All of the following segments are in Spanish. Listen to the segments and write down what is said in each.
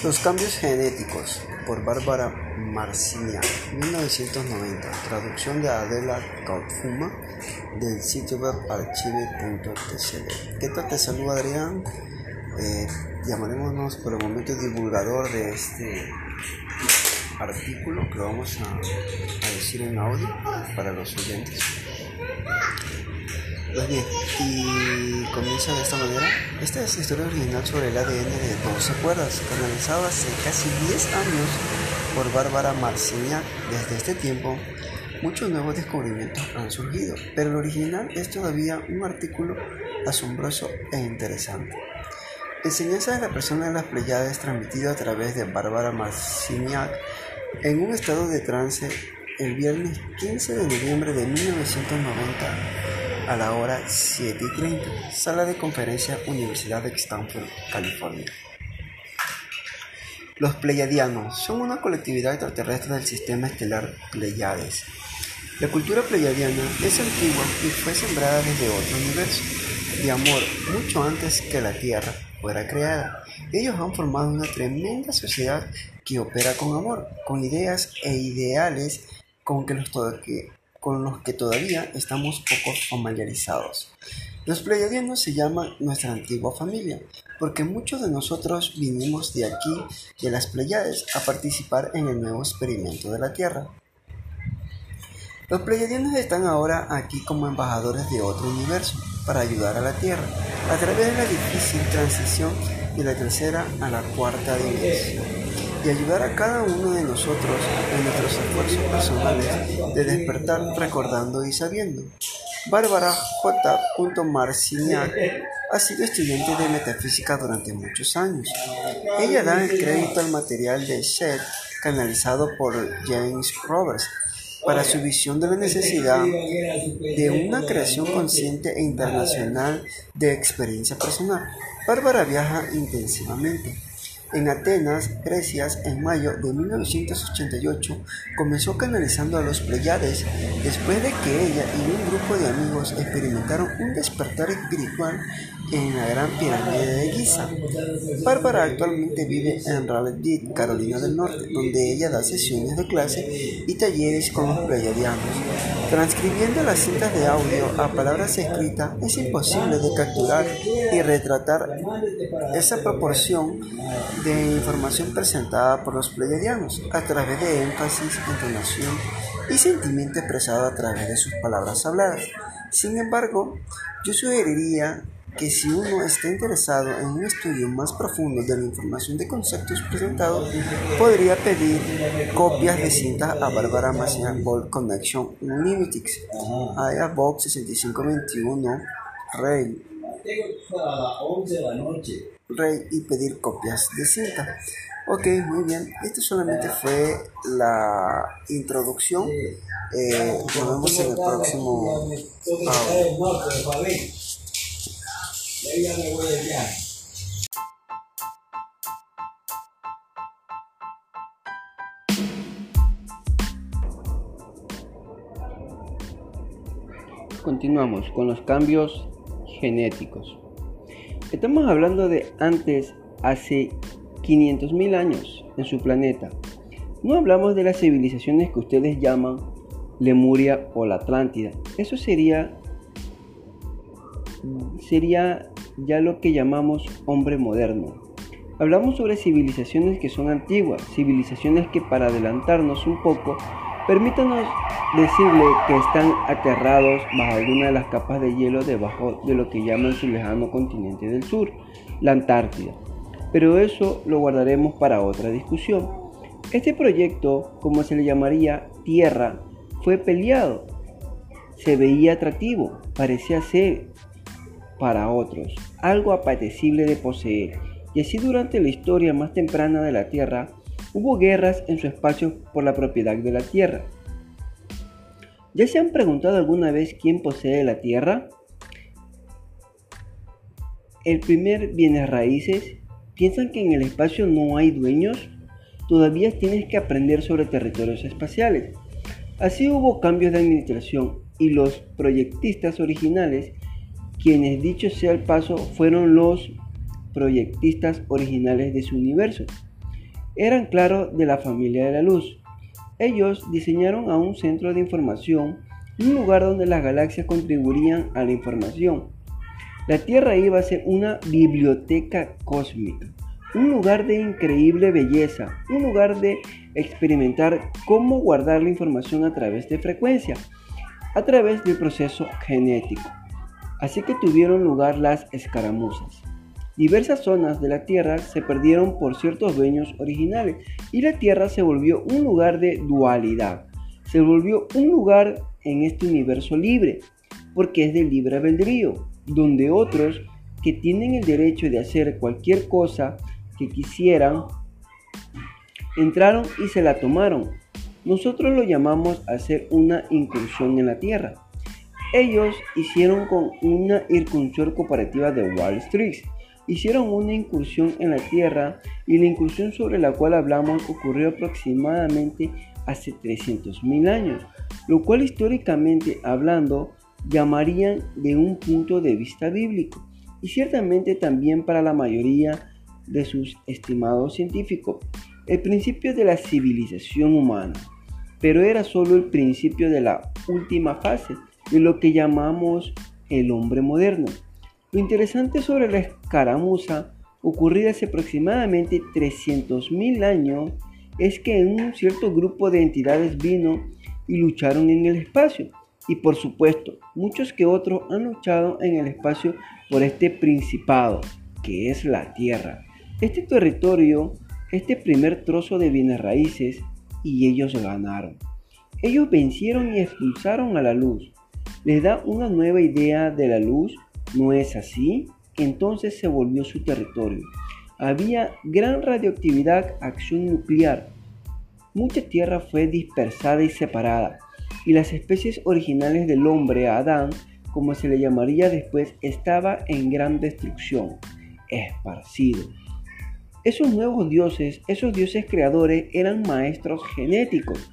Los cambios genéticos, por Bárbara Marciniak, 1990, traducción de Adela Kaufmann del sitio web archive.tcl. ¿Qué tal? Te saluda Adrián, llamaremos por el momento divulgador de este artículo que lo vamos a decir en audio para los oyentes. Pues bien, y comienza de esta manera. Esta es la historia original sobre el ADN de 12 cuerdas, canalizado hace casi 10 años por Bárbara Marciniak. Desde este tiempo, muchos nuevos descubrimientos han surgido, pero el original es todavía un artículo asombroso e interesante. Enseñanza de la persona de las Pléyades, transmitido a través de Bárbara Marciniak en un estado de trance el viernes 15 de noviembre de 1990 a la hora 7:30, sala de conferencia, Universidad de Stanford, California. Los Pleiadianos son una colectividad extraterrestre del sistema estelar Pléyades. La cultura pleiadiana es antigua y fue sembrada desde otro universo de amor mucho antes que la Tierra fuera creada. Ellos han formado una tremenda sociedad que opera con amor, con ideas e ideales con los que todavía estamos poco familiarizados. Los pleiadianos se llaman nuestra antigua familia, porque muchos de nosotros vinimos de aquí, de las Pléyades, a participar en el nuevo experimento de la Tierra. Los pleiadianos están ahora aquí como embajadores de otro universo, para ayudar a la Tierra, a través de la difícil transición de la tercera a la cuarta dimensión, y ayudar a cada uno de nosotros en nuestros esfuerzos personales de despertar recordando y sabiendo. Bárbara J. Marciniak ha sido estudiante de metafísica durante muchos años. Ella da el crédito al material de Shed, canalizado por James Roberts, para su visión de la necesidad de una creación consciente e internacional de experiencia personal. Bárbara viaja intensivamente. En Atenas, Grecia, en mayo de 1988, comenzó canalizando a los Pléyades después de que ella y un grupo de amigos experimentaron un despertar espiritual en la Gran Pirámide de Giza. Bárbara actualmente vive en Raleigh, Carolina del Norte, donde ella da sesiones de clase y talleres con los pleiadianos. Transcribiendo las cintas de audio a palabras escritas, es imposible de capturar y retratar esa proporción de información presentada por los pleiadianos a través de énfasis, entonación y sentimiento expresado a través de sus palabras habladas. Sin embargo, yo sugeriría que si uno está interesado en un estudio más profundo de la información de conceptos presentados, podría pedir copias de cintas a Bárbara Marciniak World Connection Unlimited, a Box 6521, Rey, y pedir copias de cinta. Ok, muy bien. Esto solamente fue la introducción. Nos vemos en el próximo audio. Continuamos con los cambios genéticos. Estamos hablando de antes, hace 500.000 años en su planeta. No hablamos de las civilizaciones que ustedes llaman Lemuria o la Atlántida. Eso sería ya lo que llamamos hombre moderno. Hablamos sobre civilizaciones que son antiguas, civilizaciones que, para adelantarnos un poco, permítanos decirle que están aterrados bajo alguna de las capas de hielo debajo de lo que llaman su lejano continente del sur, la Antártida. Pero eso lo guardaremos para otra discusión. Este proyecto, como se le llamaría Tierra, fue peleado. Se veía atractivo, parecía ser para otros algo apetecible de poseer, y así durante la historia más temprana de la Tierra hubo guerras en su espacio por la propiedad de la Tierra. ¿Ya se han preguntado alguna vez quién posee la Tierra? El primer bienes raíces. ¿Piensan que en el espacio no hay dueños? Todavía tienes que aprender sobre territorios espaciales. Así hubo cambios de administración y los proyectistas originales, quienes dicho sea el paso, fueron los proyectistas originales de su universo. eran claro de la familia de la luz. Ellos diseñaron a un centro de información, un lugar donde las galaxias contribuirían a la información. La Tierra iba a ser una biblioteca cósmica, un lugar de increíble belleza, un lugar de experimentar cómo guardar la información a través de frecuencia, a través del proceso genético. Así que tuvieron lugar las escaramuzas. Diversas zonas de la Tierra se perdieron por ciertos dueños originales y la Tierra se volvió un lugar de dualidad. Se volvió un lugar en este universo libre, porque es del libre albedrío, donde otros que tienen el derecho de hacer cualquier cosa que quisieran, entraron y se la tomaron. Nosotros lo llamamos hacer una incursión en la Tierra. Ellos hicieron con una incursión cooperativa de Wall Street. Hicieron una incursión en la Tierra y la incursión sobre la cual hablamos ocurrió aproximadamente hace 300.000 años, lo cual históricamente hablando llamarían de un punto de vista bíblico y ciertamente también para la mayoría de sus estimados científicos, el principio de la civilización humana, pero era solo el principio de la última fase de lo que llamamos el hombre moderno. Lo interesante sobre la escaramuza ocurrida hace aproximadamente 300.000 años es que un cierto grupo de entidades vino y lucharon en el espacio. Y por supuesto, muchos que otros han luchado en el espacio por este principado, que es la Tierra. Este territorio, este primer trozo de bienes raíces, y ellos ganaron. Ellos vencieron y expulsaron a la luz. ¿Les da una nueva idea de la luz? ¿No es así? Entonces se volvió su territorio. Había gran radioactividad, acción nuclear. Mucha tierra fue dispersada y separada, y las especies originales del hombre, Adán, como se le llamaría después, estaba en gran destrucción, esparcido. Esos nuevos dioses, esos dioses creadores, eran maestros genéticos.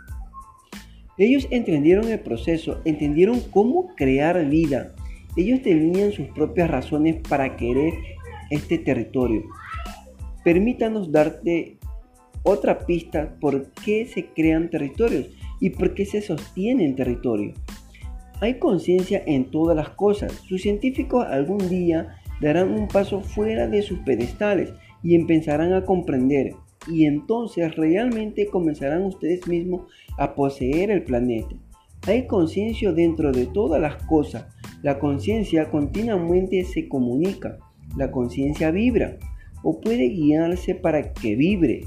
Ellos entendieron el proceso, entendieron cómo crear vida. Ellos tenían sus propias razones para querer este territorio. Permítanos darte otra pista por qué se crean territorios y por qué se sostienen territorios. Hay conciencia en todas las cosas. Sus científicos algún día darán un paso fuera de sus pedestales y empezarán a comprender. Y entonces realmente comenzarán ustedes mismos a poseer el planeta. Hay conciencia dentro de todas las cosas. La conciencia continuamente se comunica. La conciencia vibra o puede guiarse para que vibre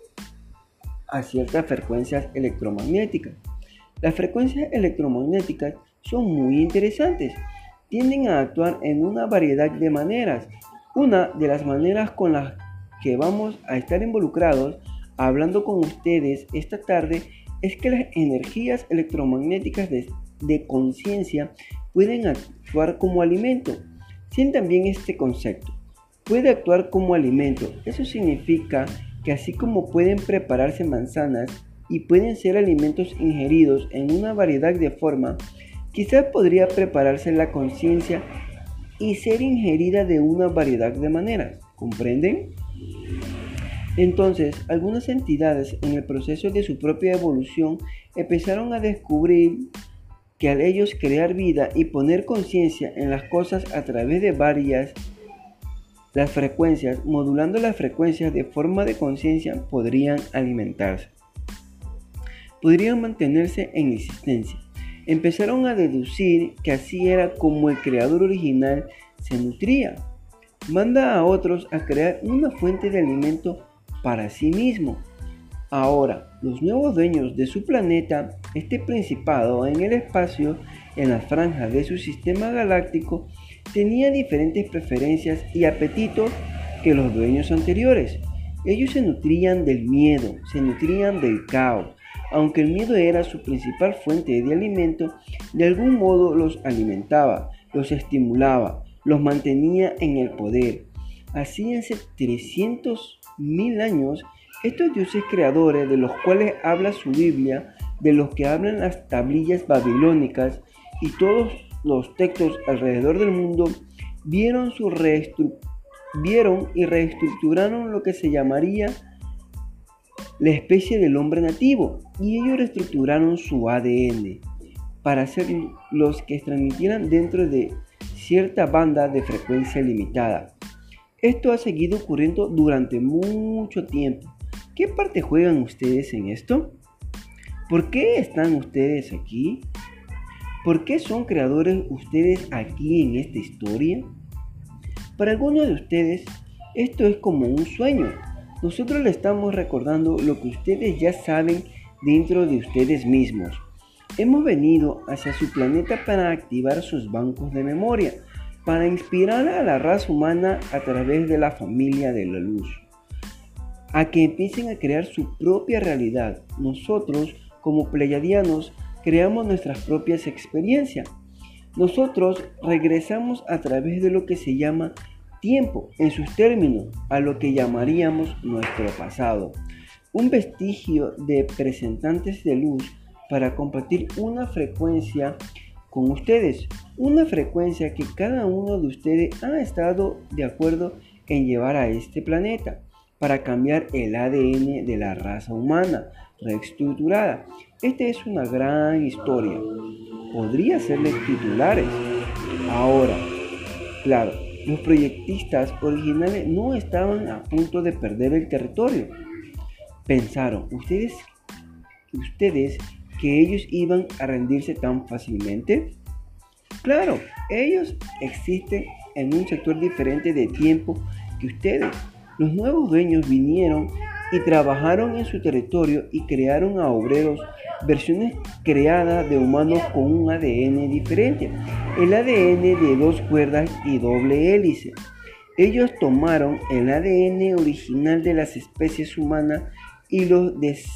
a ciertas frecuencias electromagnéticas. Las frecuencias electromagnéticas son muy interesantes. Tienden a actuar en una variedad de maneras. Una de las maneras con las que vamos a estar involucrados hablando con ustedes esta tarde es que las energías electromagnéticas de conciencia pueden actuar como alimento. Sientan bien este concepto. Puede actuar como alimento. Eso significa que así como pueden prepararse manzanas y pueden ser alimentos ingeridos en una variedad de formas, quizás podría prepararse la conciencia y ser ingerida de una variedad de maneras. ¿Comprenden? Entonces, algunas entidades en el proceso de su propia evolución empezaron a descubrir que al ellos crear vida y poner conciencia en las cosas a través de las frecuencias, modulando las frecuencias de forma de conciencia, podrían alimentarse. Podrían mantenerse en existencia. Empezaron a deducir que así era como el creador original se nutría. Manda a otros a crear una fuente de alimento para sí mismo. Ahora, los nuevos dueños de su planeta, este principado en el espacio, en las franjas de su sistema galáctico, tenía diferentes preferencias y apetitos que los dueños anteriores. Ellos se nutrían del miedo, se nutrían del caos. Aunque el miedo era su principal fuente de alimento, de algún modo los alimentaba, los estimulaba, los mantenía en el poder. Así hace 300.000 años, estos dioses creadores de los cuales habla su Biblia, de los que hablan las tablillas babilónicas y todos los textos alrededor del mundo, vieron y reestructuraron lo que se llamaría la especie del hombre nativo, y ellos reestructuraron su ADN para ser los que transmitieran dentro de cierta banda de frecuencia limitada. Esto ha seguido ocurriendo durante mucho tiempo. ¿Qué parte juegan ustedes en esto? ¿Por qué están ustedes aquí? ¿Por qué son creadores ustedes aquí en esta historia? Para algunos de ustedes, esto es como un sueño. Nosotros le estamos recordando lo que ustedes ya saben dentro de ustedes mismos. Hemos venido hacia su planeta para activar sus bancos de memoria, para inspirar a la raza humana a través de la familia de la luz, a que empiecen a crear su propia realidad. Nosotros, como pleyadianos, creamos nuestras propias experiencias. Nosotros regresamos a través de lo que se llama tiempo, en sus términos, a lo que llamaríamos nuestro pasado, un vestigio de representantes de luz para compartir una frecuencia con ustedes, una frecuencia que cada uno de ustedes ha estado de acuerdo en llevar a este planeta para cambiar el ADN de la raza humana reestructurada. Esta es una gran historia. Podría serle titulares. Ahora, claro, los proyectistas originales no estaban a punto de perder el territorio. Pensaron ustedes que ellos iban a rendirse tan fácilmente. Claro, ellos existen en un sector diferente de tiempo que ustedes. Los nuevos dueños vinieron y trabajaron en su territorio y crearon a obreros, versiones creadas de humanos con un ADN diferente, el ADN de 2 cuerdas y doble hélice. Ellos tomaron el ADN original de las especies humanas y lo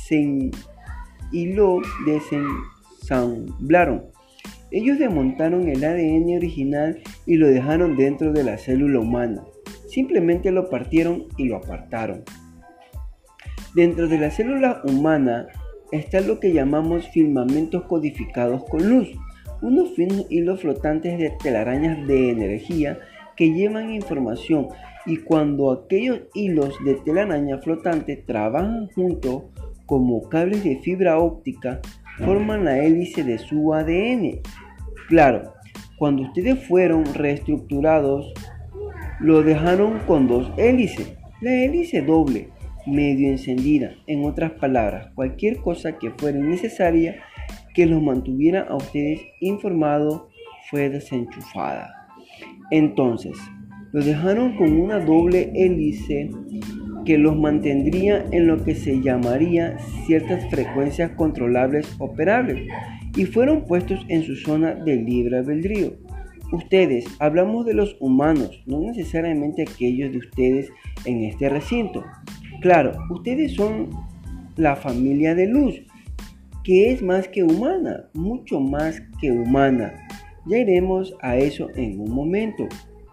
desensamblaron. Ellos desmontaron el ADN original y lo dejaron dentro de la célula humana. Simplemente lo partieron y lo apartaron. Dentro de la célula humana está lo que llamamos filamentos codificados con luz, unos finos hilos flotantes de telarañas de energía que llevan información, y cuando aquellos hilos de telaraña flotante trabajan juntos como cables de fibra óptica, forman la hélice de su ADN. Claro, cuando ustedes fueron reestructurados, lo dejaron con 2 hélices, la hélice doble, medio encendida. En otras palabras, cualquier cosa que fuera necesaria que los mantuviera a ustedes informados fue desenchufada. Entonces, lo dejaron con una doble hélice que los mantendría en lo que se llamaría ciertas frecuencias controlables operables, y fueron puestos en su zona de libre albedrío. Ustedes, hablamos de los humanos, no necesariamente aquellos de ustedes en este recinto. Claro, ustedes son la familia de luz, que es más que humana, mucho más que humana. Ya iremos a eso en un momento.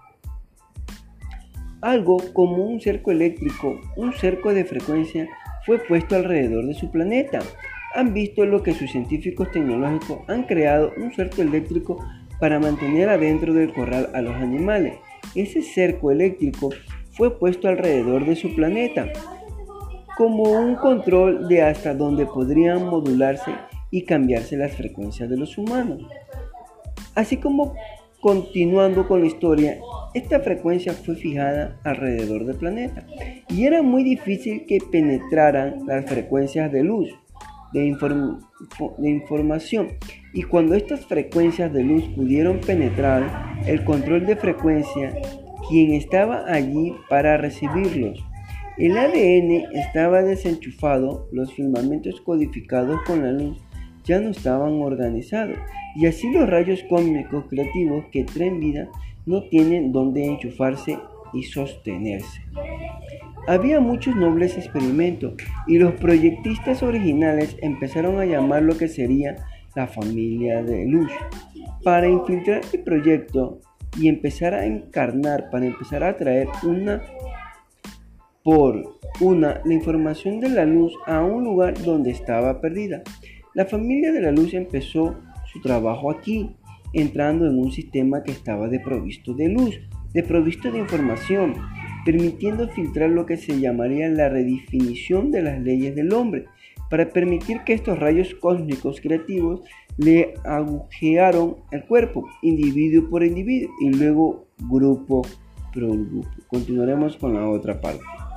Algo como un cerco eléctrico, un cerco de frecuencia, fue puesto alrededor de su planeta. Han visto lo que sus científicos tecnológicos han creado, un cerco eléctrico para mantener adentro del corral a los animales. Ese cerco eléctrico fue puesto alrededor de su planeta como un control de hasta dónde podrían modularse y cambiarse las frecuencias de los humanos. Así como continuando con la historia, esta frecuencia fue fijada alrededor del planeta y era muy difícil que penetraran las frecuencias de luz, de información, y cuando estas frecuencias de luz pudieron penetrar el control de frecuencia, quien estaba allí para recibirlos. El ADN estaba desenchufado, los filamentos codificados con la luz ya no estaban organizados, y así los rayos cósmicos creativos que traen vida no tienen dónde enchufarse y sostenerse. Había muchos nobles experimentos, y los proyectistas originales empezaron a llamar lo que sería la familia de luz para infiltrar el proyecto y empezar a encarnar, para empezar a traer una por una la información de la luz a un lugar donde estaba perdida. La familia de la luz empezó su trabajo aquí, entrando en un sistema que estaba desprovisto de luz, desprovisto de información. permitiendo filtrar lo que se llamaría la redefinición de las leyes del hombre, para permitir que estos rayos cósmicos creativos le agujearon el cuerpo, individuo por individuo, y luego grupo por grupo. Continuaremos con la otra parte.